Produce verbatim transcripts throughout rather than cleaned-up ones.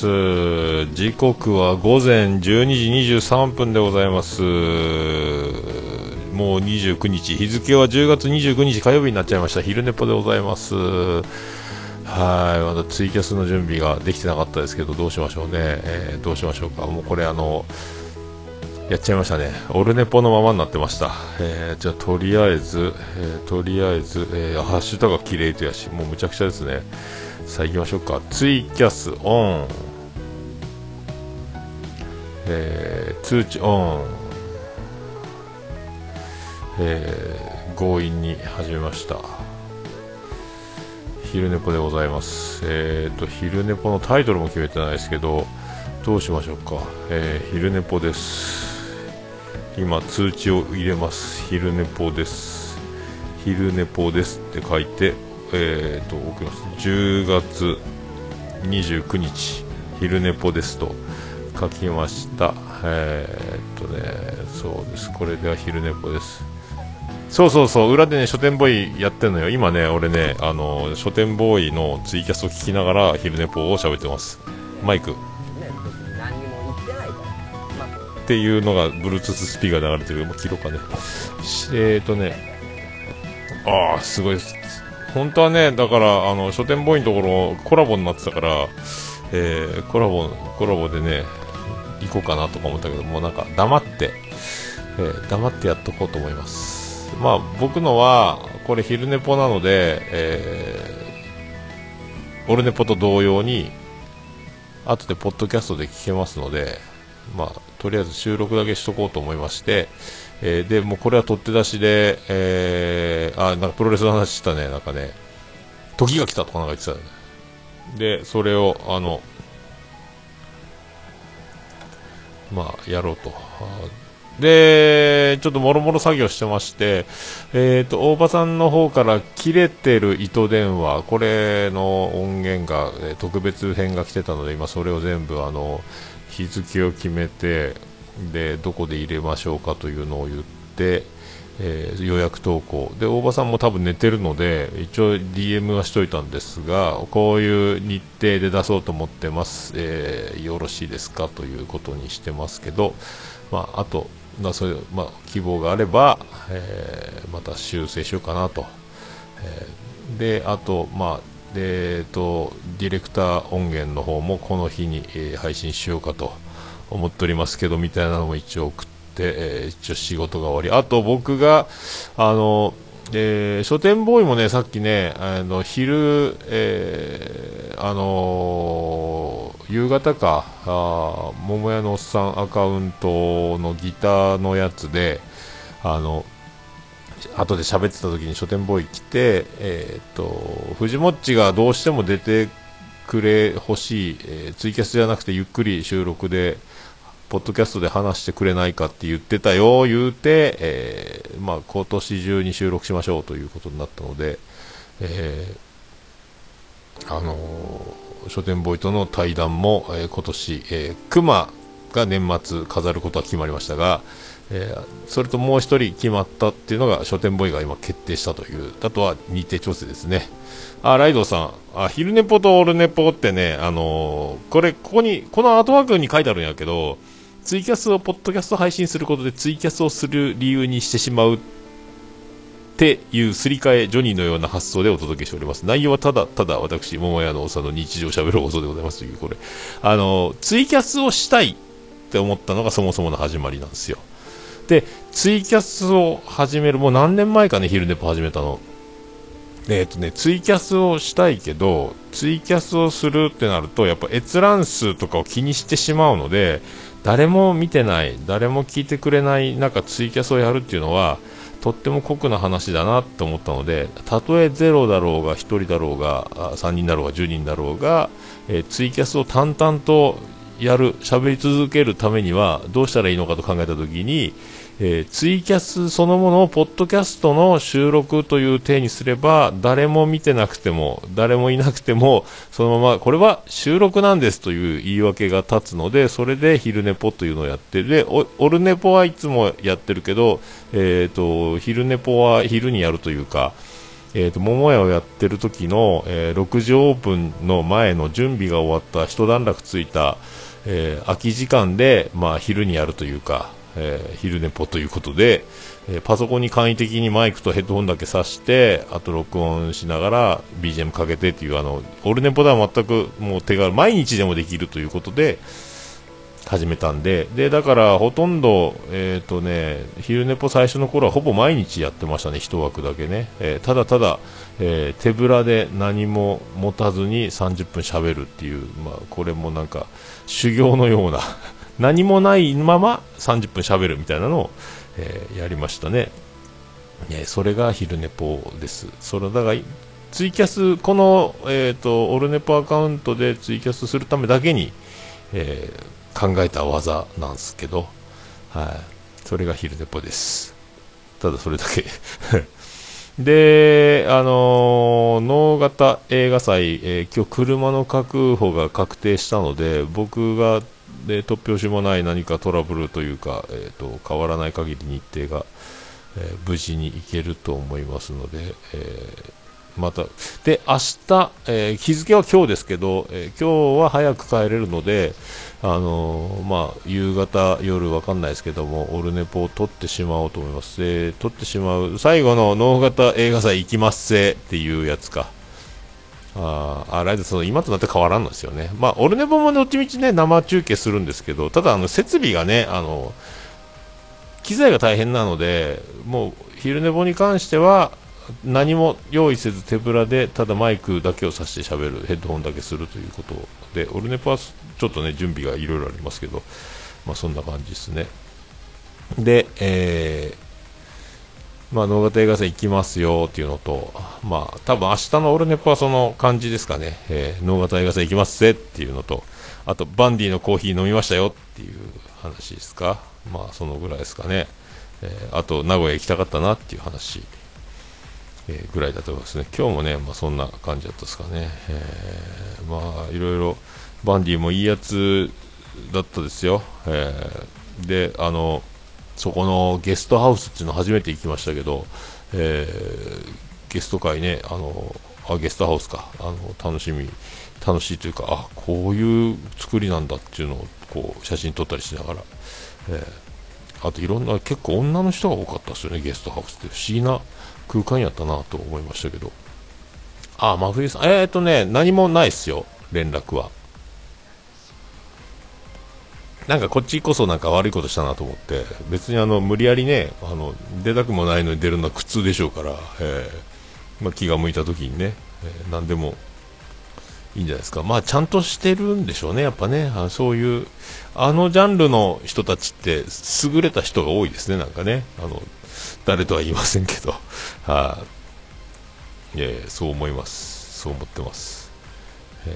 。時刻はごぜんじゅうにじにじゅうさんぷんでございます。もうにじゅうくにち、日付はじゅうがつにじゅうくにち火曜日になっちゃいました。昼寝ぽでございます。はい、まだツイキャスの準備ができてなかったですけど、どうしましょうね、えー、どうしましょうか。もうこれあのやっちゃいましたね。オルネポのままになってました。えー、じゃあとりあえず、えー、とりあえず、えー、ハッシュタグが綺麗とやし、もうむちゃくちゃですね。さあ行きましょうか。ツイキャスオン、えー、通知オン、えー、強引に始めました。昼寝ぽでございます。えーと昼寝ぽのタイトルも決めてないですけど、どうしましょうか。えー、昼寝ぽです。今通知を入れます。昼寝ぽです。昼寝ぽですって書いて、えーと送ります。じゅうがつにじゅうくにち昼寝ぽですと書きました。えーっとねそうです。これでは昼寝ぽです。そうそうそう、裏でね書店ボーイやってんのよ。今ね俺ねあの書店ボーイのツイキャスを聞きながら昼寝ぽを喋ってます。マイクっていうのが Bluetooth スピーカーで流れてる。もう切ろうかね。えーとねああすごいです。本当はねだからあの書店ボーイのところコラボになってたから、えー、コラボコラボでね行こうかなとか思ったけど、もうなんか黙って、えー、黙ってやっとこうと思います。まあ僕のはこれ昼寝ぽなので、えー、オルネポと同様に後でポッドキャストで聞けますので、まあとりあえず収録だけしとこうと思いまして、えー、でもうこれは取って出しで、えー、あなんかプロレスの話したね。なんかね時が来たとかなんか言ってたよね。でそれをあのまあやろうと。でちょっともろもろ作業してまして、えーと大場さんの方から切れてる糸電話、これの音源が、えー、特別編が来てたので、今それを全部あの日付を決めて、でどこで入れましょうかというのを言って、えー、予約投稿で大場さんも多分寝てるので一応 ディーエム はしといたんですが、こういう日程で出そうと思ってます、えー、よろしいですかということにしてますけど、まあ、あとまあ、そういう、まあ、希望があれば、えー、また修正しようかなと、えー、であと、まあでえー、とディレクター音源の方もこの日に、えー、配信しようかと思っておりますけど、みたいなのも一応送って、えー、一応仕事が終わり、あと僕があの、えー、書店ボーイもねさっきねあの昼、えー、あのー、夕方かあ桃屋のおっさんアカウントのギターのやつであの後で喋ってた時に書店ボーイ来て、えー、っと藤もっちがどうしても出てくれほしい、えー、ツイキャスじゃなくてゆっくり収録でポッドキャストで話してくれないかって言ってたよ言うて、えーまあ、今年中に収録しましょうということになったので、えー、あのー、書店ボーイとの対談も、えー、今年、えー、クマが年末飾ることは決まりましたが、えー、それともう一人決まったっていうのが書店ボーイが今決定したという。あとは日程調整ですね。あ、ライドさん、あ、昼寝ぽとオルネポってね、あのー、これここにこのアートワークに書いてあるんやけど、ツイキャスをポッドキャスト配信することでツイキャスをする理由にしてしまうっていうすり替えジョニーのような発想でお届けしております。内容はただただ私桃屋のおさの日常をしゃべる放送でございますという、これあのツイキャスをしたいって思ったのがそもそもの始まりなんですよ。でツイキャスを始めるもう何年前かね、昼寝ぽ始めたの。えーとね、ツイキャスをしたいけどツイキャスをするってなるとやっぱ閲覧数とかを気にしてしまうので、誰も見てない誰も聞いてくれない中ツイキャスをやるっていうのはとっても酷な話だなって思ったので、たとえゼロだろうがひとりだろうがさんにんだろうがじゅうにんだろうが、えー、ツイキャスを淡々とやる喋り続けるためにはどうしたらいいのかと考えたときに、えー、ツイキャスそのものをポッドキャストの収録という体にすれば誰も見てなくても誰もいなくてもそのままこれは収録なんですという言い訳が立つので、それで昼寝ぽというのをやってる。でオルネポはいつもやってるけど、えーと昼寝ぽは昼にやるというか、 えーと、桃屋をやってる時の、えー、ろくじオープンの前の準備が終わった一段落ついた、えー、空き時間で、まあ、昼にやるというか、えー、昼寝ぽということで、えー、パソコンに簡易的にマイクとヘッドホンだけ挿してあと録音しながら ビージーエム かけてっていうあのオルネポでは全くもう手軽毎日でもできるということで始めたんで、でだからほとんど、えーとね、昼寝ぽ最初の頃はほぼ毎日やってましたね、一枠だけね、えー、ただただ、えー、手ぶらで何も持たずにさんじゅっぷん喋るっていう、まあ、これもなんか修行のような何もないままさんじゅっぷん喋るみたいなのを、えー、やりましたね、えー、それが昼寝ぽです。それだからツイキャスこの、えーと、オルネポアカウントでツイキャスするためだけに、えー考えた技なんですけど、はい、それが昼寝ぽです。ただそれだけで、あのー、能形映画祭、えー、今日車の確保が確定したので、僕がで突拍子もない何かトラブルというか、えーと、変わらない限り日程が、えー、無事に行けると思いますので、えーまたで明日、えー、日付は今日ですけど、えー、今日は早く帰れるので、あのーまあ、夕方、夜わかんないですけどもオルネポを撮ってしまおうと思います。で撮ってしまう最後の能形映画祭行きますせっていうやつか、ああライドその今となって変わらんのですよね。まあ、オルネポもどっちみちね生中継するんですけど、ただあの設備がねあの機材が大変なので、もう昼寝ぽに関しては何も用意せず手ぶらでただマイクだけを挿して喋る、ヘッドホンだけするということで、オルネポはちょっとね準備がいろいろありますけど、まあ、そんな感じですね。で、えー、まあ能形映画祭行きますよっていうのと、まあ多分明日のオルネポはその感じですかね、えー、能形映画祭行きますぜっていうのと、あとバンディのコーヒー飲みましたよっていう話ですか。まあそのぐらいですかね、えー、あと名古屋行きたかったなっていう話えー、ぐらいだと思いますね。今日もね、まあ、そんな感じだったですかね。えー、まあいろいろバンディもいいやつだったですよ。えー、であのそこのゲストハウスっていうの初めて行きましたけど、えー、ゲスト会ね、あのあゲストハウスか、あの楽しみ楽しいというか、あこういう作りなんだっていうのをこう写真撮ったりしながら、えー、あといろんな結構女の人が多かったですよね。ゲストハウスって不思議な空間やったなと思いましたけど、あ真冬さんえー、っとね何もないっすよ、連絡は。なんかこっちこそなんか悪いことしたなと思って、別にあの無理やりねあの出たくもないのに出るのは苦痛でしょうから、えーまあ、気が向いた時にね、えー、何でもいいんじゃないですか。まあちゃんとしてるんでしょうね、やっぱね。あそういうあのジャンルの人たちって優れた人が多いですね。なんかね、あの誰とは言いませんけど、はあ、いやいやそう思います、そう思ってます。え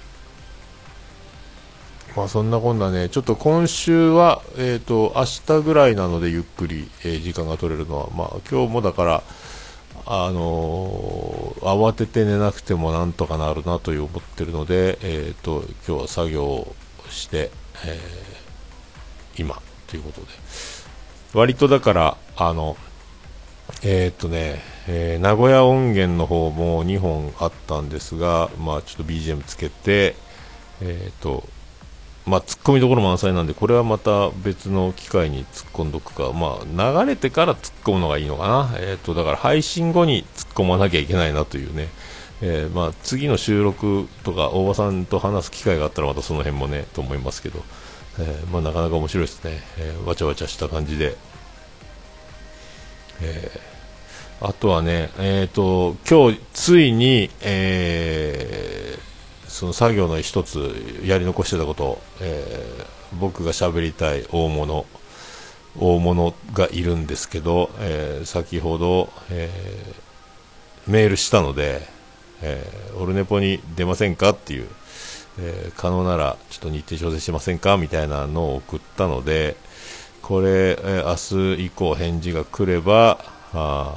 ー、まあそんなこんなね、ちょっと今週はえっ、ー、と明日ぐらいなのでゆっくり、えー、時間が取れるのは、まあ今日もだからあのー、慌てて寝なくてもなんとかなるなという思ってるので、えーと今日は作業をして、えー、今ということで、割とだからあのえーっとね、えー名古屋音源の方もにほんあったんですが、まあちょっと ビージーエム つけて、えーっとまあ突っ込みどころ満載なんで、これはまた別の機会に突っ込んどくか、まあ流れてから突っ込むのがいいのかな。えーっとだから配信後に突っ込まなきゃいけないなというね。えーまあ次の収録とか大場さんと話す機会があったらまたその辺もねと思いますけど、えーまあなかなか面白いですね。えーわちゃわちゃした感じで。えー、あとはね、えーと、今日ついに、えー、その作業の一つやり残してたこと、えー、僕が喋りたい大物大物がいるんですけど、えー、先ほど、えー、メールしたので、えー、オルネポに出ませんかっていう、えー、可能ならちょっと日程調整しませんかみたいなのを送ったので、これ、えー、明日以降返事が来ればあ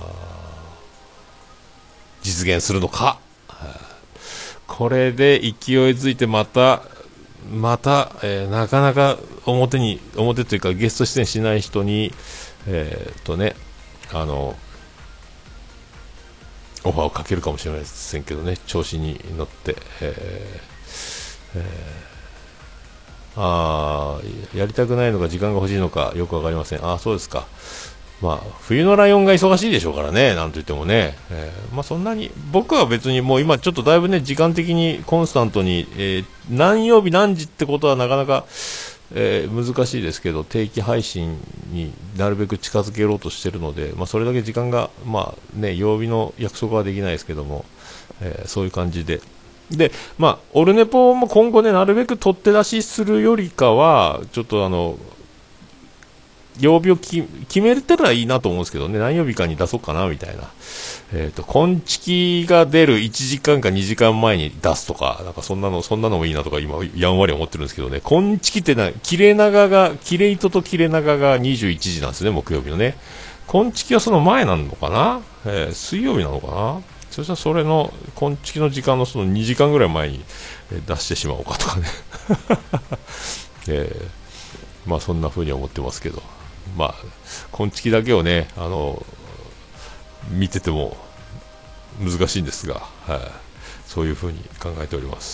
実現するのか、これで勢いづいてまたまた、えー、なかなか表に表というかゲスト出演しない人にえー、っとねあのオファーをかけるかもしれませんけどね、調子に乗って、えーえー、あやりたくないのか時間が欲しいのかよくわかりません。あそうですか。まあ、冬のライオンが忙しいでしょうからね、なんといってもね、えーまあ、そんなに僕は別にもう今ちょっとだいぶね時間的にコンスタントに、えー、何曜日何時ってことはなかなか、えー、難しいですけど、定期配信になるべく近づけようとしているので、まあ、それだけ時間が、まあね、曜日の約束はできないですけども、えー、そういう感じで。で、まあ、オルネポも今後ね、なるべく取って出しするよりかは、ちょっとあの、曜日をき決めてたらいいなと思うんですけどね、何曜日かに出そうかなみたいな、えっと、昆虫が出るいちじかんかにじかんまえに出すとか、なんかそんなの、そんなのもいいなとか今、やんわり思ってるんですけどね、昆虫ってな、切れ長が、切れ糸と切れ長がにじゅういちじなんですね、木曜日のね。昆虫はその前なのかな、えー、水曜日なのかな。そしたらそれの昆虫の時間のそのにじかんぐらい前に出してしまおうかとかね、えー、まあそんな風に思ってますけど、まあ昆虫だけをね、あの見てても難しいんですが、はい、そういう風に考えております。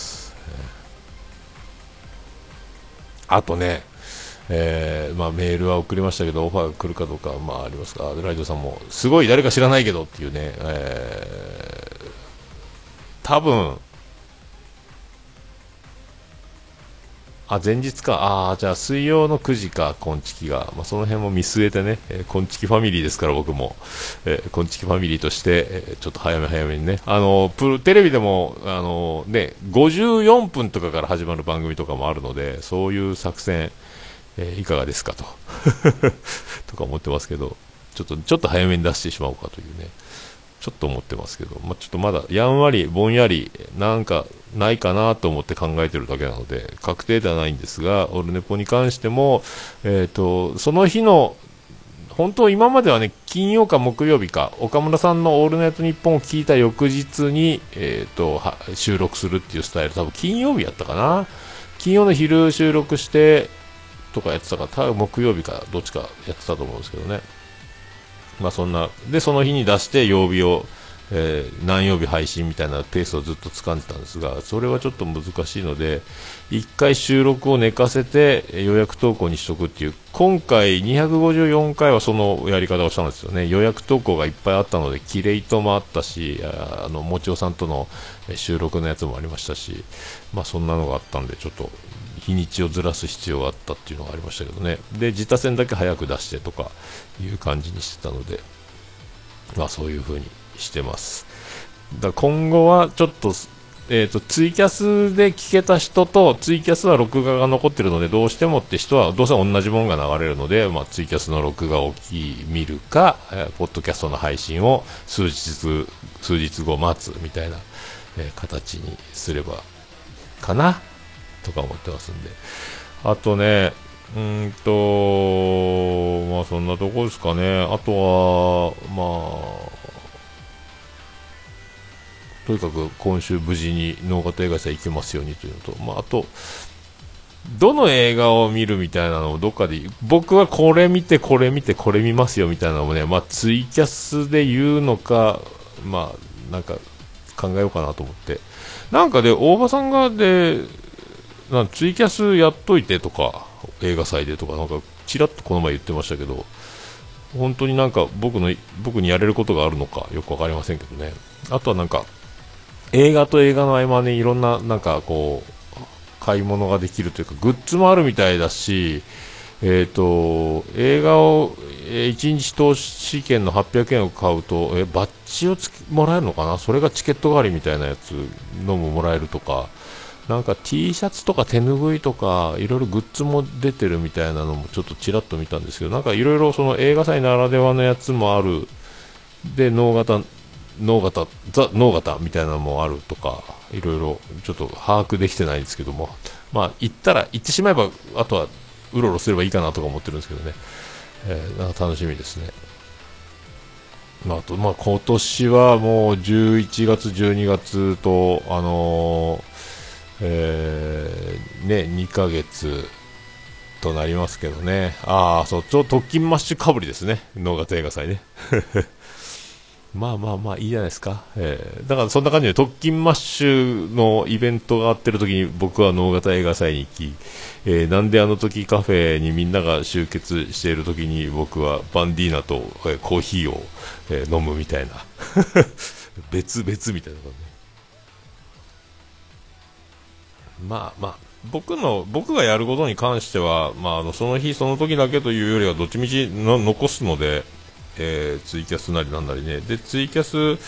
えー、あとね、えーまあ、メールは送りましたけどオファーが来るかどうかは、まあ、ありますが、ライドさんもすごい誰か知らないけどっていうね、えー、多分あ前日か、あじゃあ水曜のくじか、昆虫が、まあ、その辺も見据えてね、えー、昆虫ファミリーですから僕も、えー、昆虫ファミリーとして、えー、ちょっと早め早めにね、あのプテレビでもあの、ね、ごじゅうよんぷんとかから始まる番組とかもあるので、そういう作戦、えー、いかがですかととか思ってますけど、ちょっとちょっと早めに出してしまおうかというね、ちょっと思ってますけど、まあ、ちょっとまだやんわりぼんやりなんかないかなと思って考えてるだけなので確定ではないんですが、オルネポに関しても、えーと、その日の本当今まではね、金曜か木曜日か岡村さんのオールナイトニッポンを聞いた翌日に、えーと、は収録するっていうスタイル、多分金曜日やったかな、金曜の昼収録してとかやってたから、多分木曜日かどっちかやってたと思うんですけどね。まあそんなでその日に出して曜日を、えー、何曜日配信みたいなペースをずっと掴んでたんですが、それはちょっと難しいのでいっかい収録を寝かせて予約投稿にしとくっていう、今回にひゃくごじゅうよんかいはそのやり方をしたんですよね。予約投稿がいっぱいあったので、キレイトもあったし、あのもちおさんとの収録のやつもありましたし、まあそんなのがあったんで、ちょっと日にちをずらす必要があったっていうのがありましたけどね。で自他戦だけ早く出してとかいう感じにしてたので、まあそういう風にしてます。だ今後はちょっと、えーと、ツイキャスで聞けた人と、ツイキャスは録画が残ってるのでどうしてもって人はどうせ同じものが流れるので、まあ、ツイキャスの録画を見るか、えー、ポッドキャストの配信を数日数日後待つみたいな、えー、形にすればかなとか思ってますんで、あとね、うーんとまあそんなとこですかね。あとはまあとにかく今週無事に能形映画祭行けますようにというのと、まあ、あとどの映画を見るみたいなのをどっかで、僕はこれ見てこれ見てこれ見ますよみたいなのもね、まあ、ツイキャスで言うのか、まあなんか考えようかなと思って、なんかで大場さんがでなんツイキャスやっといてとか映画祭でとかなんかちらっとこの前言ってましたけど、本当になんか僕の僕にやれることがあるのかよくわかりませんけどね。あとはなんか映画と映画の合間にいろんななんかこう買い物ができるというかグッズもあるみたいだし、えーと映画をいちにち投資券のはっぴゃくえんを買うとえバッジをつもらえるのかな、それがチケット代わりみたいなやつのももらえるとか、なんか T シャツとか手ぬぐいとかいろいろグッズも出てるみたいなのもちょっとちらっと見たんですけど、なんかいろいろその映画祭ならではのやつもあるで、脳型脳型ザ脳型みたいなのもあるとか、いろいろちょっと把握できてないんですけども、まあ行ったら行ってしまえばあとはうろうろすればいいかなとか思ってるんですけどね、えー、なんか楽しみですね。まあ、あとまあ今年はもうじゅういちがつじゅうにがつとあのーえー、ねにかげつとなりますけどね。ああそう、ちょ特勤マッシュかぶりですね、能形映画祭ねまあまあまあいいじゃないですか、えー、だからそんな感じで特勤マッシュのイベントがあってる時に僕は能形映画祭に行き、えー、なんであの時カフェにみんなが集結している時に僕はバンディーナと、えー、コーヒーを、えー、飲むみたいな別々みたいな感じ。まあまあ僕の僕がやることに関しては、まあ、あのその日その時だけというよりはどっちみちの残すので、えー、ツイキャスなりなんなりね。でツイキャス、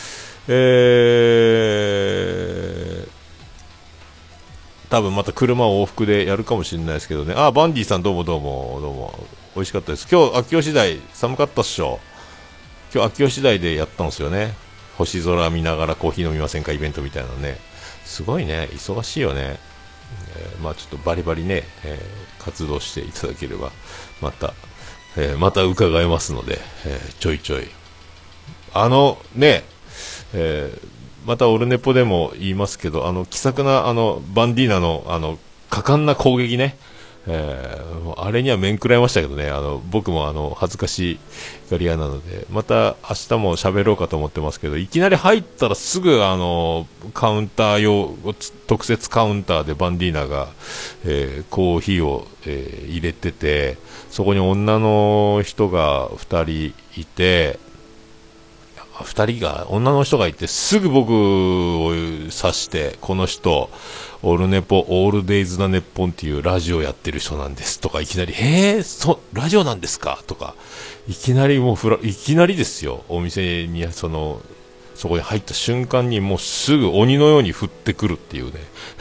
えー、多分また車を往復でやるかもしれないですけどね。あ、バンディさんどうもどうもどうも、美味しかったです。今日秋吉台寒かったっしょ。今日秋吉台でやったんですよね。星空見ながらコーヒー飲みませんかイベントみたいなね。すごいね、忙しいよね。えー、まあちょっとバリバリね、えー、活動していただければまた、えー、また伺えますので、えー、ちょいちょいあのね、えー、またオルネポでも言いますけど、あの気さくなあのバンディーナのあの果敢な攻撃ね、えー、あれには面食らいましたけどね、あの僕もあの恥ずかしがり屋なので、また明日も喋ろうかと思ってますけど、いきなり入ったらすぐあのカウンター用特設カウンターでバンディーナが、えー、コーヒーを、えー、入れてて、そこに女の人がふたりいて、ふたりが女の人がいて、すぐ僕を指して、この人オルネポオールデイズなネッポンっていうラジオやってる人なんですとか、いきなりへーそラジオなんですかとか、いきなりもうフラいきなりですよ。お店にそのそこに入った瞬間にもうすぐ鬼のように降ってくるっていうね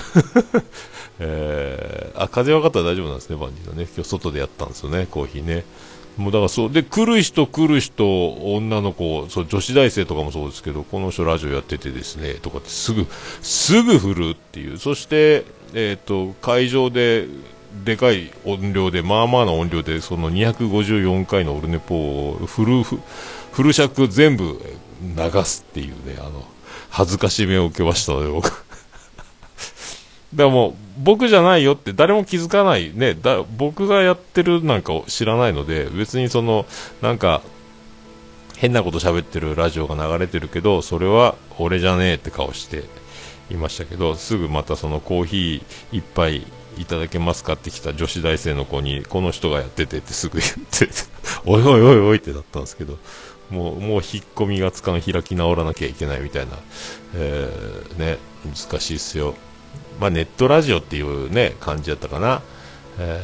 えー、あ、風邪分かったら大丈夫なんですね、バンディのね。今日外でやったんですよね、コーヒーね。もうだからそうで、来る人来る人、女の子、そう女子大生とかもそうですけど、この人ラジオやっててですねとかってすぐすぐ振るっていう。そして、えー、と会場ででかい音量で、まあまあな音量でそのにひゃくごじゅうよんかいのオルネポをフルフル尺全部流すっていうね、あの恥ずかしめを受けましたので僕でも僕じゃないよって誰も気づかないね、だ僕がやってるなんかを知らないので、別にそのなんか変なこと喋ってるラジオが流れてるけど、それは俺じゃねえって顔していましたけど、すぐまたそのコーヒー一杯いただけますかって来た女子大生の子に、この人がやっててってすぐ言っておいおいおいおいってなったんですけど、もうもう引っ込みがつかん、開き直らなきゃいけないみたいな、えー、ね、難しいっすよ。まあ、ネットラジオっていうね感じだったかな、え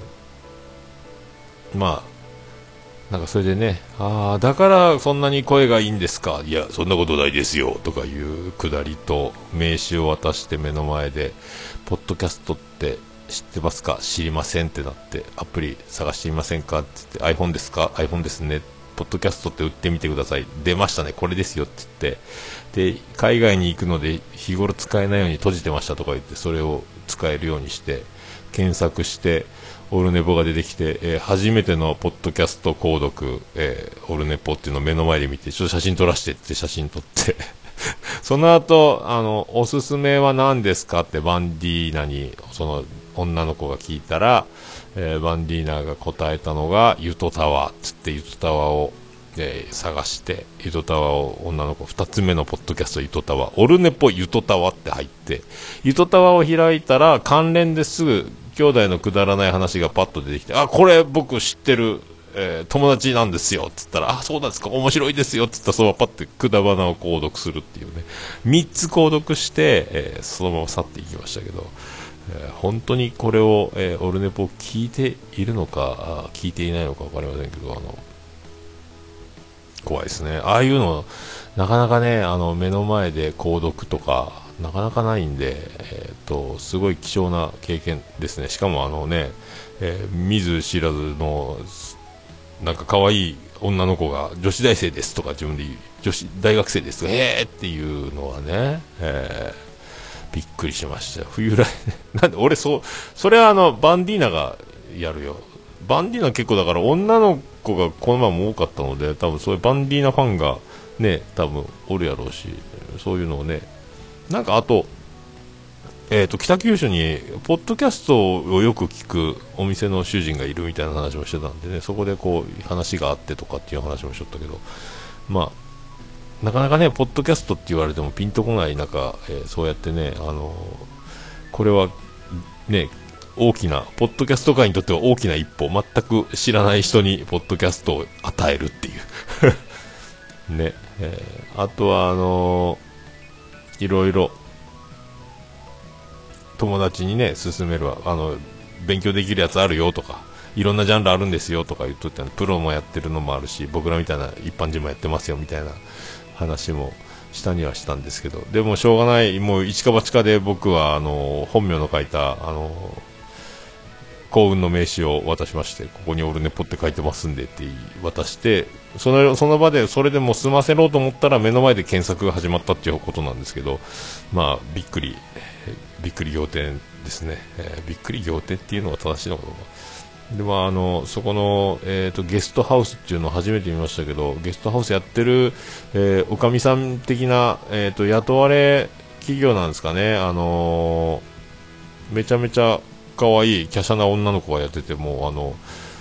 ー、まあなんかそれでね、ああだからそんなに声がいいんですか、いやそんなことないですよとかいうくだりと、名刺を渡して目の前でポッドキャストって知ってますか、知りませんってなって、アプリ探してみませんかって言って、 iPhone ですか、 iPhone ですね、ポッドキャストって打ってみてください、出ましたね、これですよって言って、で海外に行くので日頃使えないように閉じてましたとか言って、それを使えるようにして検索してオルネポが出てきて、えー、初めてのポッドキャスト購読、えー、オルネポっていうのを目の前で見て、ちょっと写真撮らせてって写真撮ってその後あのおすすめは何ですかってバンディーナにその女の子が聞いたら、えー、バンディーナが答えたのがユトタワーっつって、ユトタワーを、えー、探して、ユトタワーを女の子ふたつめのポッドキャストユトタワー、オルネポユトタワーって入って、ユトタワーを開いたら関連ですぐ兄弟のくだらない話がパッと出てきて、あこれ僕知ってる、えー、友達なんですよっつったら、あそうなんですか面白いですよっつったら、そのままパッてくだばなを購読するっていうね、みっつ購読して、えー、そのまま去っていきましたけど、えー、本当にこれを、えー、オルネポ聞いているのか聞いていないのか分かりませんけど、あの怖いですね、ああいうのなかなかね、あの目の前で購読とかなかなかないんで、えー、とすごい貴重な経験ですね。しかもあのね、えー、見ず知らずのなんか可愛い女の子が女子大生ですとか自分で言う、女子大学生ですとかえーっていうのはね、えー、びっくりしましたよ。冬来なんで俺そうそれはあのバンディーナがやるよ。バンディーナ結構だから女の子がこの前も多かったので、多分そういうバンディーナファンがね多分おるやろうし、そういうのをね、なんかあと、えー、と北九州にポッドキャストをよく聞くお店の主人がいるみたいな話もしてたんでね、そこでこう話があってとかっていう話もしとったけど、まあなかなかねポッドキャストって言われてもピンとこない中、えー、そうやってね、あのこれはね大きなポッドキャスト界にとっては大きな一歩、全く知らない人にポッドキャストを与えるっていうね、えー、あとはあのー、いろいろ友達にね勧めるわ、あの勉強できるやつあるよとか、いろんなジャンルあるんですよとか言っとって、プロもやってるのもあるし、僕らみたいな一般人もやってますよみたいな話もしたにはしたんですけど、でもしょうがない、もう一か八かで僕はあの本名の書いたあの幸運の名刺を渡しまして、ここにオルネポって書いてますんでって渡して、そのその場でそれでも済ませろうと思ったら目の前で検索が始まったっていうことなんですけど、まあびっくりびっくり仰天ですね、えー、びっくり仰天っていうのが正しいのかどうか。でまあ、あのそこの、えーと、ゲストハウスっていうのを初めて見ましたけど、ゲストハウスやってる、えー、おかみさん的な、えーと、雇われ企業なんですかね、あのー、めちゃめちゃ可愛い華奢な女の子がやってて、もうあの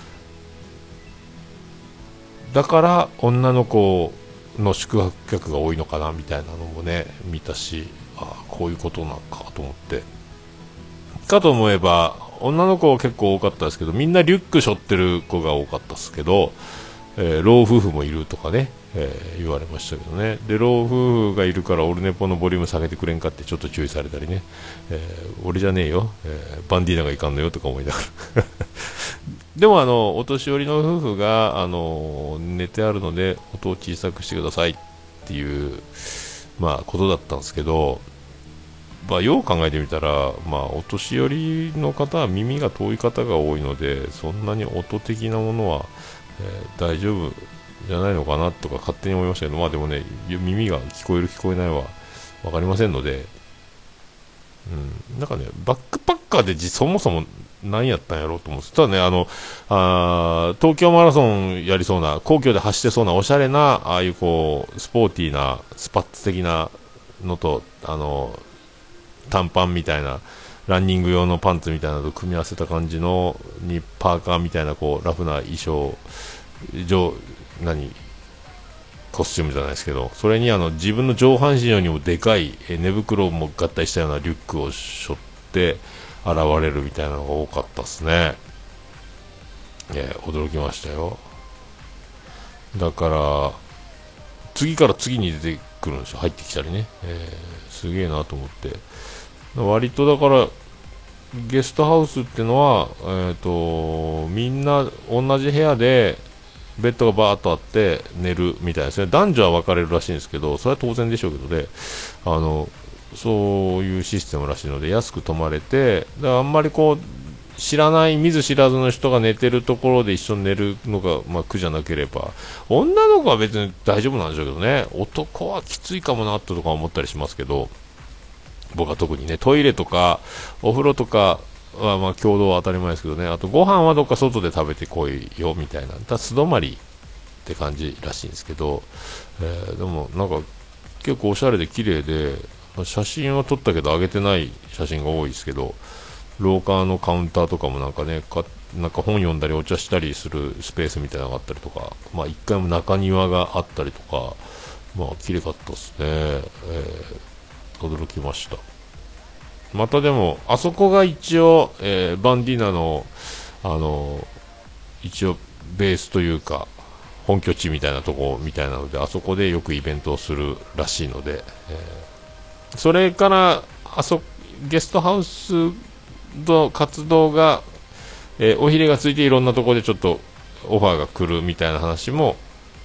だから女の子の宿泊客が多いのかなみたいなのもね見たし、あこういうことなんかと思って、かと思えば女の子は結構多かったですけど、みんなリュック背負ってる子が多かったですけど、えー、老夫婦もいるとかね、えー、言われましたけどね。で老夫婦がいるからオルネポのボリューム下げてくれんかってちょっと注意されたりね、えー、俺じゃねえよ、えー、バンディーナがいかんのよとか思いながらでもあのお年寄りの夫婦があの寝てあるので音を小さくしてくださいっていうまあことだったんですけど、まあ、よう考えてみたら、まあ、お年寄りの方は耳が遠い方が多いので、そんなに音的なものは、えー、大丈夫じゃないのかなとか勝手に思いましたけど、まあでもね、耳が聞こえる聞こえないは分かりませんので、うん、なんかね、バックパッカーでそもそも何やったんやろうと思うんです。ただね、あのあ東京マラソンやりそうな、皇居で走ってそうなおしゃれな、ああいうこうスポーティーなスパッツ的なのと、あの短パンみたいなランニング用のパンツみたいなのと組み合わせた感じのにパーカーみたいなこうラフな衣装上何コスチュームじゃないですけど、それにあの自分の上半身よりもでかい寝袋も合体したようなリュックを背負って現れるみたいなのが多かったですね。えー、驚きましたよ。だから次から次に出てくるんですよ、入ってきたりね、えー、すげえなと思って、割とだからゲストハウスっていうのは、えーと、みんな同じ部屋でベッドがバーっとあって寝るみたいですね。男女は分かれるらしいんですけど、それは当然でしょうけどね、あのそういうシステムらしいので安く泊まれて、だからあんまりこう知らない見ず知らずの人が寝てるところで一緒に寝るのが、まあ、苦じゃなければ、女の子は別に大丈夫なんでしょうけどね、男はきついかもなとか思ったりしますけど、僕は特にね、トイレとかお風呂とかはまあ共同は当たり前ですけどね、あとご飯はどっか外で食べてこいよみたいな、た素泊まりって感じらしいんですけど、えー、でもなんか結構おしゃれで綺麗で、写真は撮ったけど上げてない写真が多いですけど、廊下のカウンターとかもなんかね、かなんか本読んだりお茶したりするスペースみたいなのがあったりとか、まあ一回も中庭があったりとか、まあ綺麗かったですね、えー、驚きました。またでもあそこが一応、えー、バンディーナのあの一応ベースというか本拠地みたいなとこみたいなので、あそこでよくイベントをするらしいので、えー、それからあそゲストハウスの活動が、えー、おひれがついていろんなところでちょっとオファーが来るみたいな話も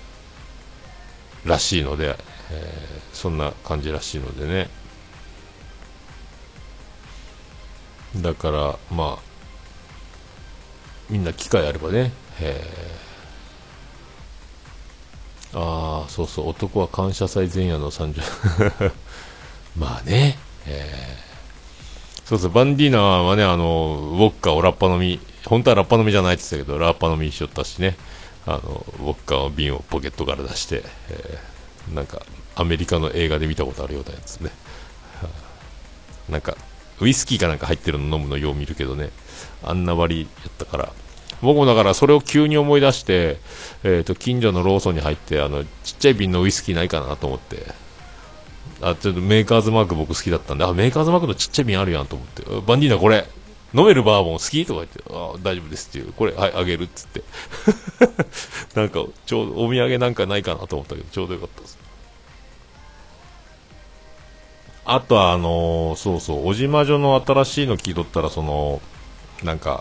らしいので、えー、そんな感じらしいのでね。だからまあみんな機会あればね、えー、ああそうそう、男は感謝祭前夜のさんじゅうまあね、えー、そうそう、バンディーナはね、あのウォッカをラッパ飲み、本当はラッパ飲みじゃないって言ってたけどラッパ飲みしよったしね、あのウォッカの瓶をポケットから出して、えー、なんかアメリカの映画で見たことあるようなやつね、なんかウイスキーかなんか入ってるの飲むのよう見るけどね、あんな割りやったから僕もだからそれを急に思い出して、えー、と近所のローソンに入ってあのちっちゃい瓶のウイスキーないかなと思って、あちょっとメーカーズマーク僕好きだったんで、あメーカーズマークのちっちゃい瓶あるやんと思って、バンディーナこれ飲めるバーボン好きとか言って、あ大丈夫ですっていう、これはいあげるっつってなんかちょうどお土産なんかないかなと思ったけどちょうどよかったです。あとはあのー、そうそう小島女の新しいの聞いとったら、そのなんか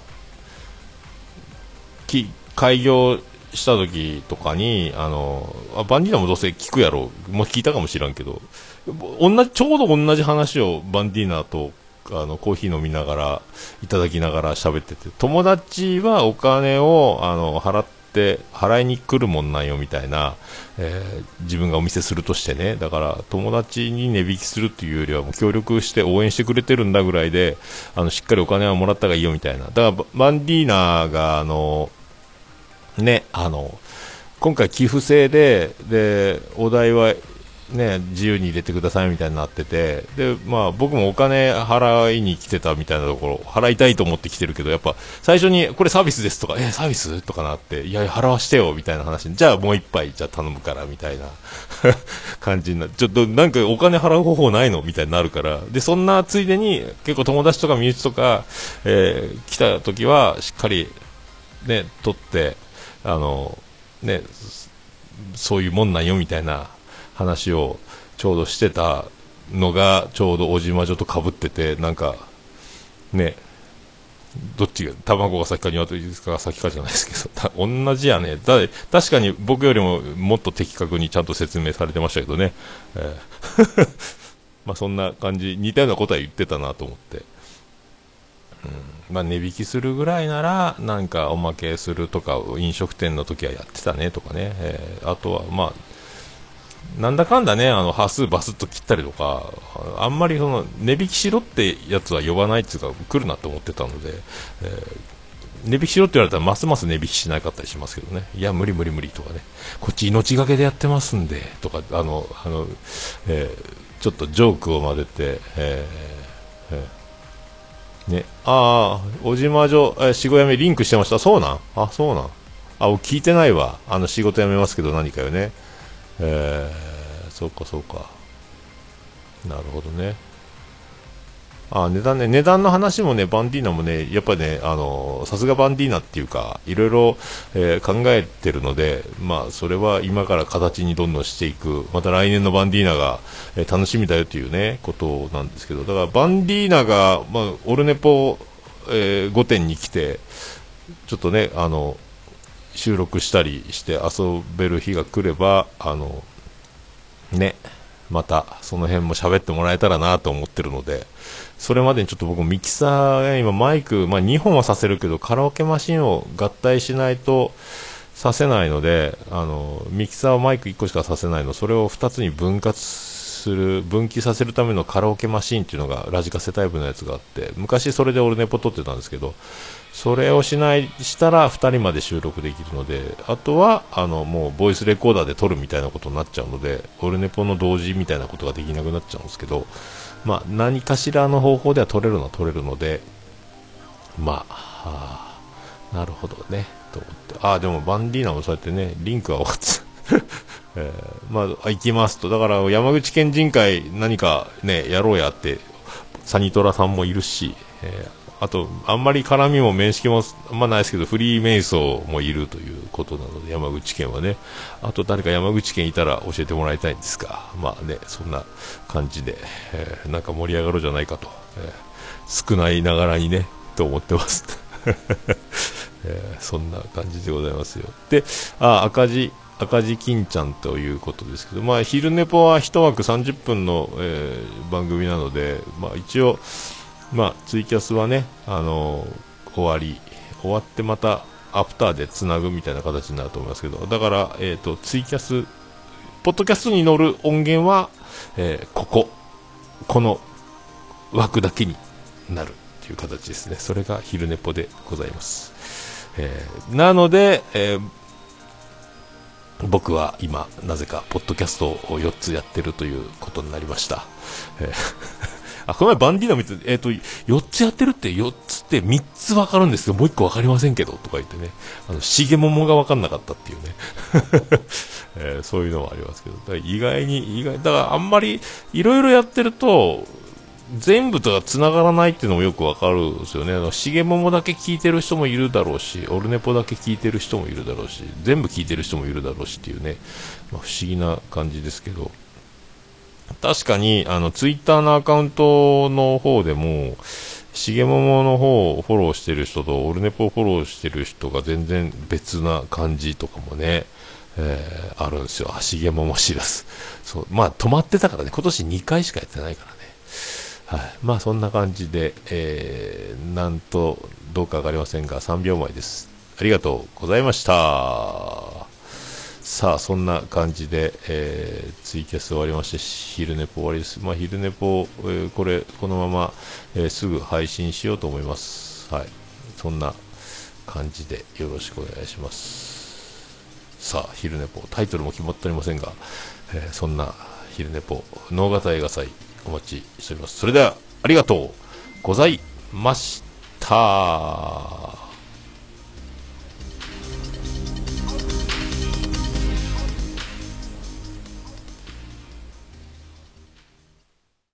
き開業した時とかにあのあバンディーナもどうせ聞くやろう、もう聞いたかもしらんけど、同じちょうど同じ話をバンディーナとあのコーヒー飲みながらいただきながら喋ってて、友達はお金をあの払って払いに来るもんなんよみたいな、えー、自分がお店するとしてね、だから友達に値引きするっていうよりはもう協力して応援してくれてるんだぐらいで、あのしっかりお金はもらった方がいいよみたいな。だからバンディーナがあのね、あの今回寄付制で、でお題はね自由に入れてくださいみたいになってて、でまあ僕もお金払いに来てたみたいなところ、払いたいと思って来てるけど、やっぱ最初にこれサービスですとか、えサービスとかなって、いや払わしてよみたいな話に、じゃあもう一杯じゃあ頼むからみたいな感じになって、ちょっとなんかお金払う方法ないのみたいになるから、でそんなついでに結構友達とか身内とか、えー、来た時はしっかりね取って、あのねそういうもんなんよみたいな話をちょうどしてたのがちょうど小島女と被ってて、なんかねどっちが卵が先か鶏が先かじゃないですけど同じやね。だ確かに僕よりももっと的確にちゃんと説明されてましたけどね、えーまあそんな感じ、似たようなことは言ってたなと思って、うんまあ、値引きするぐらいならなんかおまけするとか飲食店の時はやってたねとかね、えー、あとはまあなんだかんだね、あの端数バスッと切ったりとか、あんまりその値引きしろってやつは呼ばないっていうか来るなと思ってたので、えー、値引きしろって言われたらますます値引きしなかったりしますけどね、いや無理無理無理とかね、こっち命がけでやってますんでとか、あのあの、えー、ちょっとジョークを混ぜて、えーえーね、ああ、小島女、え仕事辞めリンクしてました。そうなん、あ、そうなん、あ、聞いてないわ。あの仕事辞めますけど何かよね。えー、そうかそうか。なるほどね。あ、値段ね、値段の話もね、バンディーナもね、やっぱりね、あのさすがバンディーナっていうか、いろいろ、えー、考えてるので、まあ、それは今から形にどんどんしていく、また来年のバンディーナが、えー、楽しみだよというね、ことなんですけど、だからバンディーナが、まあ、オルネポ、えー、ごてんに来て、ちょっとね、あの、収録したりして遊べる日が来れば、あの、ね、またその辺も喋ってもらえたらなと思ってるので、それまでにちょっと僕ミキサー、今マイク、まあ、にほんはさせるけどカラオケマシンを合体しないとさせないので、あのミキサーはマイクいっこしかさせないの、それをふたつに分割する、分岐させるためのカラオケマシンっていうのがラジカセタイプのやつがあって、昔それでオルネポ撮ってたんですけど、それをしないしたらふたりまで収録できるので、あとはあのもうボイスレコーダーで撮るみたいなことになっちゃうので、オルネポの同時みたいなことができなくなっちゃうんですけど、まあ、何かしらの方法では撮れるのは撮れるので、まあ、はあ、なるほどねと思って、ああでもバンディーナもそうやってねリンクは分かってえー、まあ行きますと、だから山口県人会何かねやろうやってサニトラさんもいるし、えーあとあんまり絡みも面識もあんまないですけど、フリーメイソーもいるということなので、山口県はね、あと誰か山口県いたら教えてもらいたいんですが、まあね、そんな感じで、えー、なんか盛り上がろうじゃないかと、えー、少ないながらにねと思ってます、えー、そんな感じでございますよ。で、あ赤字赤字金ちゃんということですけど、まあ昼寝ぽは一枠さんじゅっぷんの、えー、番組なので、まあ一応まあ、ツイキャスはね、あのー、終わり終わってまたアフターでつなぐみたいな形になると思いますけど、だから、えーと、ツイキャスポッドキャストに載る音源は、えー、こここの枠だけになるという形ですね。それが昼寝ぽでございます、えー、なので、えー、僕は今なぜかポッドキャストをよっつやってるということになりました、えーあ、この前バンディーナ見て、えっ、ー、と、よっつやってるって、よっつってみっつわかるんですけど、もういっこわかりませんけど、とか言ってね、あの、しげももがわかんなかったっていうね、えー、そういうのもありますけど、だから意外に、意外、だからあんまり、いろいろやってると、全部とは繋がらないっていうのもよくわかるんですよね。あの、しげももだけ聞いてる人もいるだろうし、オルネポだけ聞いてる人もいるだろうし、全部聞いてる人もいるだろうしっていうね、まあ、不思議な感じですけど、確かに、あの、ツイッターのアカウントの方でも、しげももの方をフォローしてる人と、オルネポをフォローしてる人が全然別な感じとかもね、えー、あるんですよ。あ、しげもも知らず。そう。まあ、止まってたからね、今年にかいしかやってないからね。はい、まあそんな感じで、えー、なんとどうかわかりませんがさんびょうまえです。ありがとうございました。さあそんな感じで、えー、ツイキャス終わりまして、昼寝ぽ終わりです。まあ昼寝ぽ、えー、これこのまま、えー、すぐ配信しようと思います。はい、そんな感じでよろしくお願いします。さあ昼寝ぽ、タイトルも決まっておりませんが、えー、そんな昼寝ぽ能形映画祭お待ちしております。それではありがとうございました。